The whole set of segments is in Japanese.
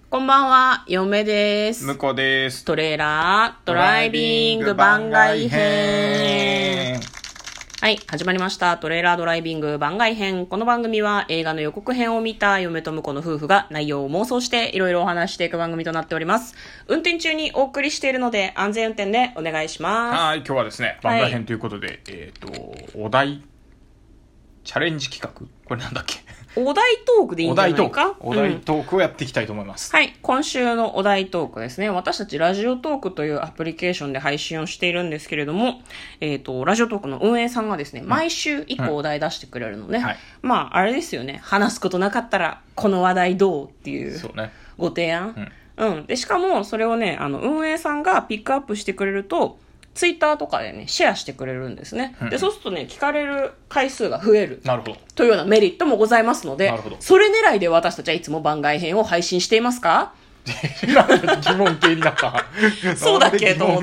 こんばんは、嫁です。 向こうです。 トレーラードライビング番外編。はい、始まりました。トレーラードライビング番外編。この番組は映画の予告編を見た嫁と婿の夫婦が内容を妄想していろいろお話していく番組となっております。運転中にお送りしているので安全運転でお願いします。 はい、今日はですね、番外編ということで、お題チャレンジ企画、これなんだっけ？ お題トークでいいんじゃないか？ お題トークをやっていきたいと思います。 はい、今週のお題トークですね。私たちラジオトークというアプリケーションで配信をしているんですけれども、ラジオトークの運営さんがですね、毎週1個お題出してくれるので、 はい、 まあ、あれですよね、話すことなかったらこの話題どうっていうご提案。で、しかもそれをね、運営さんがピックアップしてくれると、ツイッターとかでね、シェアしてくれるんですね。で、そうするとね、聞かれる回数が増える。 なるほど。 というようなメリットもございますので、それ狙いで私たちはいつも番外編を配信していますか？ なんで疑問形になったそうだっけと思って、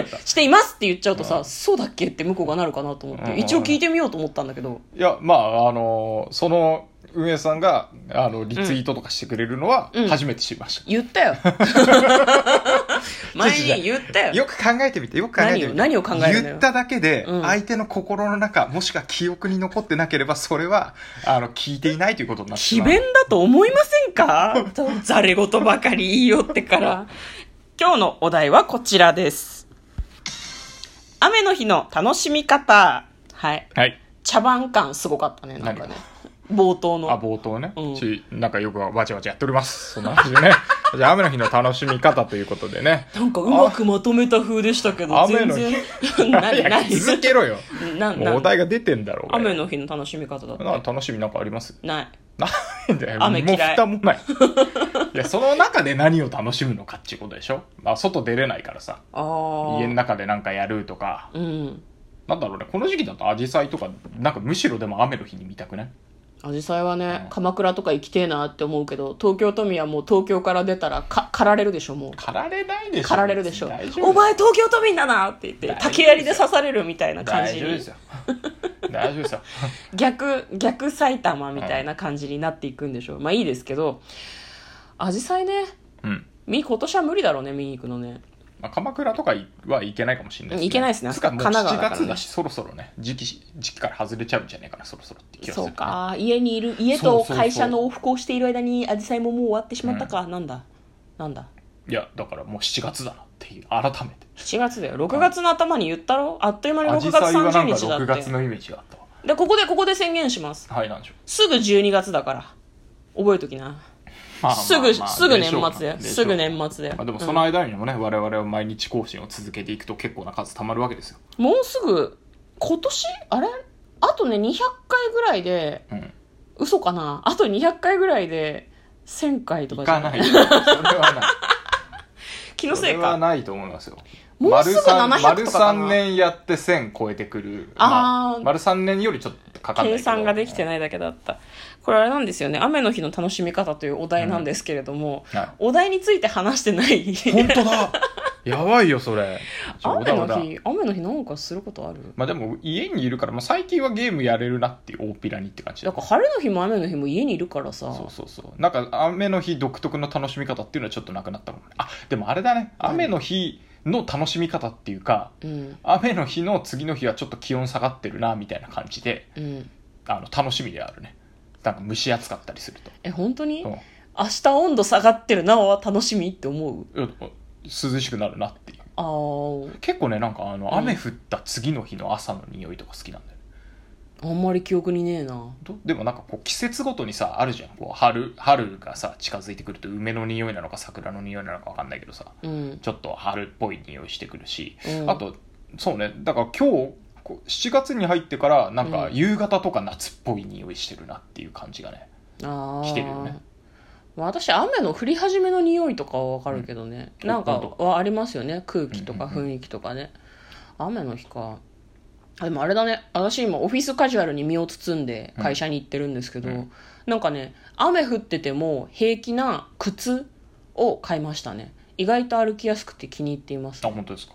していますって言っちゃうとさ、そうだっけって向こうがなるかなと思って、一応聞いてみようと思ったんだけど。 いや、まあ、その、運営さんがリツイートとかしてくれるのは初めて知りました。 言ったよ。前に言ったよ。 よく考えてみて、 何を考えるのよ。 言っただけで、相手の心の中、もしくは記憶に残ってなければ、それは、聞いていないということになってしまう。 詭弁だと思いませんか？ざれ言ばかり言いよってから。今日のお題はこちらです。雨の日の楽しみ方。はい。 はい。 茶番感すごかったね、なんかね。冒頭の。 冒頭ね。なんかよくわちゃわちゃやっております。そんな話でね。じゃあ雨の日の楽しみ方ということでね。 なんかうまくまとめた風でしたけど、 雨の日。何続けろよ。もうお題が出てんだろう。 雨の日の楽しみ方だった。 楽しみなんかあります？ ない。 ないんだよ。 雨嫌い。 もう蓋もない。いや、その中で何を楽しむのかっていうことでしょ？まあ、外出れないからさ。家の中でなんかやるとか。なんだろうね。この時期だとアジサイとか、なんかむしろでも雨の日に見たくない？ アジサイはね、鎌倉とか行きてえなって思うけど、東京都民はもう東京から出たら狩られるでしょ、もう。 狩られないでしょ。 狩られるでしょ。お前東京都民だなって言って、竹槍で刺されるみたいな感じに。 大丈夫ですよ。大丈夫ですよ。 逆埼玉みたいな感じになっていくんでしょう。まあいいですけど、アジサイね、今年は無理だろうね、見に行くのね。 鎌倉とかは行けないかもしれないですね。 行けないですね。 つかもう7月だし、そろそろね、時期から外れちゃうんじゃないかな、そろそろって気がする、ね。 そうか、家と会社の往復をしている間にアジサイももう終わってしまったか。なんだいや、だからもう7月だなっていう、改めて。 7月だよ。6月の頭に言ったろ？あっという間に6月30日だって。アジサイはなんか 6月のイメージがあったわ。 で、ここで宣言します。 はい、なんでしょう。 すぐ12月だから。覚えときな。すぐ年末や。すぐ年末だよ。 でもその間にもね、我々は毎日更新を続けていくと結構な数溜まるわけですよ。 もうすぐ、今年あとね、200回ぐらいで、嘘かな？あと200回ぐらいで、1000回とかじゃない？ いかない。それはない。 気のせいか。 それはないと思いますよ。 もうすぐ700とかかな。 丸3年やって1000超えてくる。丸3年よりちょっとかかんないけど。 計算ができてないだけだった。これあれなんですよね。雨の日の楽しみ方というお題なんですけれども、お題について話してない。 本当だ。やばいよ、それ。 雨の日なんかすることある？ まあでも家にいるから、最近はゲームやれるなっていう大っぴらにって感じだから晴れの日も雨の日も家にいるからさ。 そう。なんか雨の日独特の楽しみ方っていうのはちょっとなくなったもんね。でもあれだね。雨の日の楽しみ方っていうか、雨の日の次の日はちょっと気温下がってるなみたいな感じで、楽しみであるね。なんか蒸し暑かったりすると。 本当に？明日温度下がってるなは楽しみって思う？ 涼しくなるなっていう。結構ね、なんか雨降った次の日の朝の匂いとか好きなんだよね。 あんまり記憶にねえな。 でもなんかこう季節ごとにさあるじゃん。こう春がさ近づいてくると梅の匂いなのか桜の匂いなのか分かんないけどさ、ちょっと春っぽい匂いしてくるし、あとそうね、だから今日7月に入ってからなんか夕方とか夏っぽい匂いしてるなっていう感じがね、してるよね。 私雨の降り始めの匂いとかは分かるけどね、なんかはありますよね、空気とか雰囲気とかね。雨の日か。でもあれだね、私今オフィスカジュアルに身を包んで会社に行ってるんですけど、なんかね、雨降ってても平気な靴を買いましたね。意外と歩きやすくて気に入っています、 本当ですか？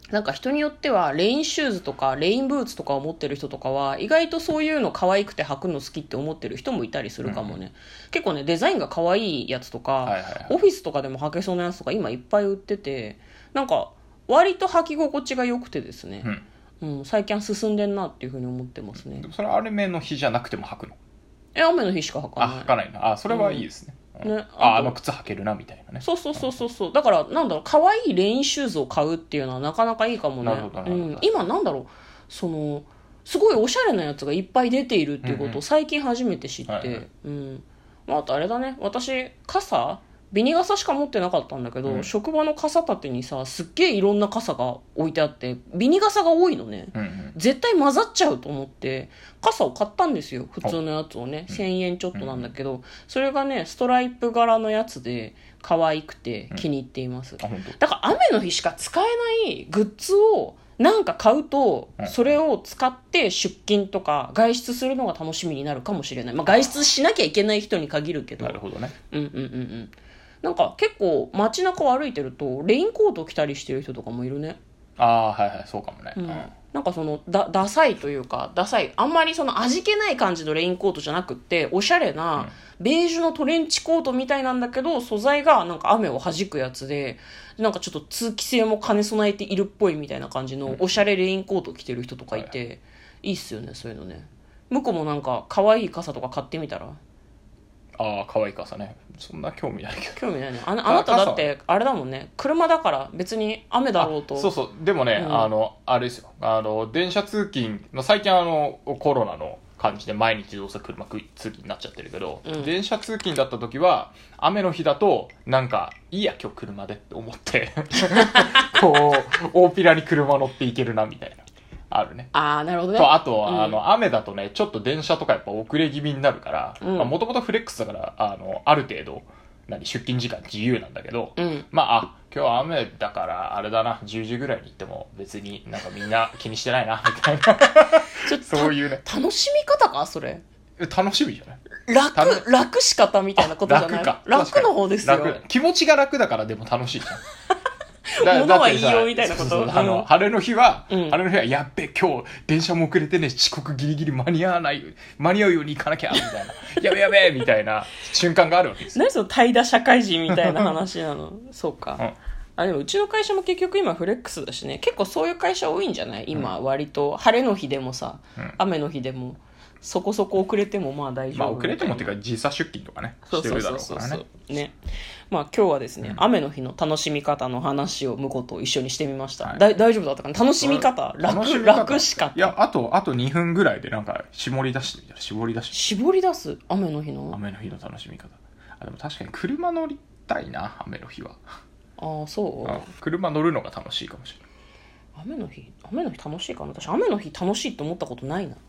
なんか人によってはレインシューズとかレインブーツとかを持ってる人とかは意外とそういうの可愛くて履くの好きって思ってる人もいたりするかもね、結構ねデザインが可愛いやつとか、オフィスとかでも履けそうなやつとか今いっぱい売ってて、なんか割と履き心地が良くてですね、最近進んでんなっていうふうに思ってますね。 でもそれは雨の日じゃなくても履くの？ 雨の日しか履かない。 履かないな。それはいいですね。 ね、 靴履けるなみたいなね。 そうだからなんだろう、可愛いレインシューズを買うっていうのはなかなかいいかもね。今なんだろう、すごいおしゃれなやつがいっぱい出ているっていうことを最近初めて知って、あとあれだね、私ビニ傘しか持ってなかったんだけど、職場の傘立てにさすっげえいろんな傘が置いてあってビニ傘が多いのね、絶対混ざっちゃうと思って傘を買ったんですよ、普通のやつをね、1000円ちょっとなんだけど、それがねストライプ柄のやつで可愛くて気に入っています、だから雨の日しか使えないグッズをなんか買うとそれを使って出勤とか外出するのが楽しみになるかもしれない、外出しなきゃいけない人に限るけど。 なるほどね。 なんか結構街中を歩いてるとレインコート着たりしてる人とかもいるね。 そうかもね。 なんかダサいというか、あんまり味気ない感じのレインコートじゃなくっておしゃれなベージュのトレンチコートみたいなんだけど、素材がなんか雨を弾くやつで、なんかちょっと通気性も兼ね備えているっぽいみたいな感じのおしゃれレインコート着てる人とかいて、いいっすよねそういうのね。向こうもなんか可愛い傘とか買ってみたら。 可愛い傘ね。そんな興味ないけど。 興味ないね。あなただってあれだもんね、車だから別に雨だろうと。 でもね、あれですよ、電車通勤の最近コロナの感じで毎日どうせ車通勤になっちゃってるけど、電車通勤だった時は雨の日だとなんかいいや今日車でって思ってこう大っぴらに車乗っていけるなみたいなあるね。 なるほどね。 あと、雨だとね、ちょっと電車とかやっぱ遅れ気味になるから、もともとフレックスだから、ある程度、出勤時間自由なんだけど、今日は雨だから、あれだな、10時ぐらいに行っても別になんかみんな気にしてないな、みたいな。そういうね。 楽しみ方かそれ。 楽しみじゃない楽し方みたいなことじゃない？楽の方ですよ。 気持ちが楽だからでも楽しいじゃん。 物はいいよみたいなこと。 晴れの日はやっべ今日電車も遅れてね、遅刻ギリギリ間に合うように行かなきゃみたいなやべみたいな瞬間があるわけですよ。 何その怠惰社会人みたいな話なのそうか、でもうちの会社も結局今フレックスだしね、結構そういう会社多いんじゃない今、割と晴れの日でもさ、雨の日でもそこそこ遅れても大丈夫。 遅れてもっていうか時差出勤とかねしてるだろうからね。 今日はですね、雨の日の楽しみ方の話を向こうと一緒にしてみました。大丈夫だったかな？楽しみ方楽しかった。 いやあと2分ぐらいでなんか絞り出す雨の日の楽しみ方。でも確かに車乗りたいな、雨の日は。 そう、 車乗るのが楽しいかもしれない。 雨の日楽しいかな。私雨の日楽しいって思ったことないな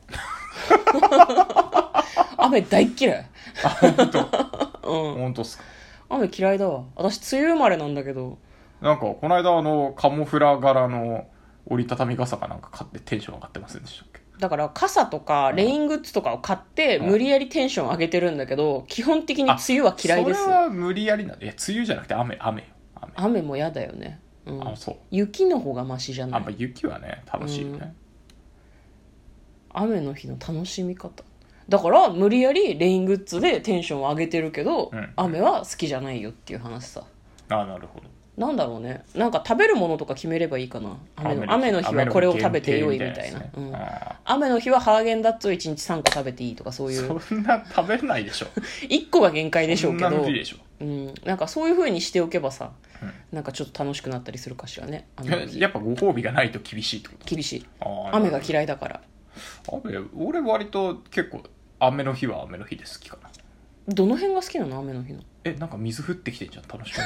雨大っ嫌い。 本当っすか？ 雨嫌いだわ。私梅雨生まれなんだけど、 なんかこの間カモフラ柄の折りたたみ傘かなんか買ってテンション上がってませんでしたっけ？ だから傘とかレイングッズとかを買って無理やりテンション上げてるんだけど、基本的に梅雨は嫌いです。 それは無理やりなんで。梅雨じゃなくて雨も嫌だよね。 そう。 雪の方がマシじゃない？ 雪はね楽しいよね、 雨の日の楽しみ方だから無理やりレイングッズでテンションを上げてるけど、雨は好きじゃないよっていう話さ。 なるほど。 なんだろうね、なんか食べるものとか決めればいいかな。雨の日はこれを食べてよいみたいな、雨の日はハーゲンダッツを1日3個食べていいとか、そういう。 そんな食べないでしょ 1個が限界でしょうけど、 そんな無理でしょ。 なんかそういう風にしておけばさ、なんかちょっと楽しくなったりするかしらね。 やっぱご褒美がないと厳しいってこと？ 厳しい。雨が嫌いだから。 俺割と結構雨の日は雨の日で好きかな。 どの辺が好きなの？雨の日の。 なんか水降ってきてんじゃん、楽しくない？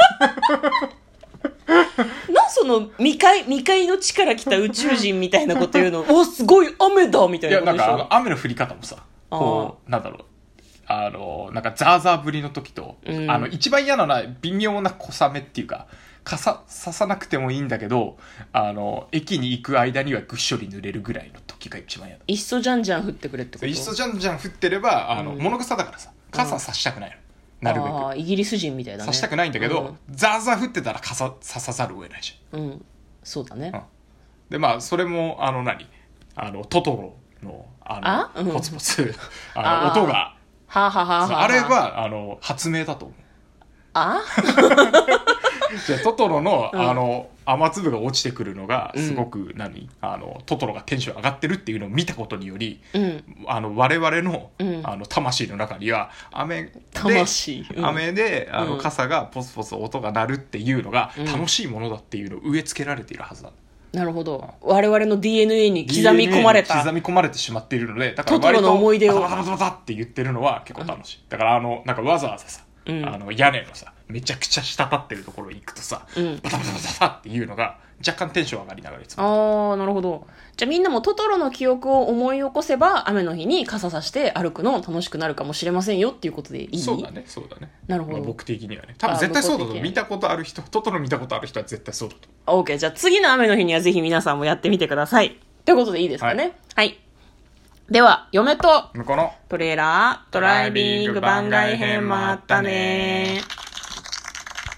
その未開の地から来た宇宙人みたいなこと言うのおすごい雨だみたいなことでしょ。 いやなんか雨の降り方もさ、こうなんだろう、なんかザーザー降りの時と、一番嫌なのは微妙な小雨っていうか、傘ささなくてもいいんだけど、駅に行く間にはぐっしょり濡れるぐらいの時が一番嫌だ。 いっそじゃんじゃん降ってくれってこと？ いっそじゃんじゃん降ってれば物草だからさ、傘さしたくないの、なるべく。 イギリス人みたいだね。 さしたくないんだけど、ザーザー降ってたら傘ささざるを得ないじゃん。 そうだね。 で、まあ、それも、トトロの、ポツポツ、音が、 ははははあれは、発明だと思う。 あじゃあトトロの、雨粒が落ちてくるのが、すごく、トトロがテンション上がってるっていうのを見たことにより、我々の、魂の中には、雨で、傘がポツポツ音が鳴るっていうのが、楽しいものだっていうのを植え付けられているはずだ。 なるほど。我々の DNA に刻み込まれた。 刻み込まれてしまっているので、だからトトロの思い出を。 バタバタバタって言ってるのは結構楽しい。だからなんかわざわざさ、屋根のさ、めちゃくちゃ滴ってるところに行くとさ、バタバタバタっていうのが若干テンション上がりながらいつも。 なるほど。じゃあみんなもトトロの記憶を思い起こせば、雨の日に傘さして歩くの楽しくなるかもしれませんよっていうことでいい？ そうだね。 なるほど。 僕的にはね。多分絶対そうだと。見たことある人、トトロ見たことある人は絶対そうだと。 OK。じゃあ次の雨の日にはぜひ皆さんもやってみてください。ということでいいですかね。はい。では、嫁と向こうのトレーラードライビング番外編もあったね。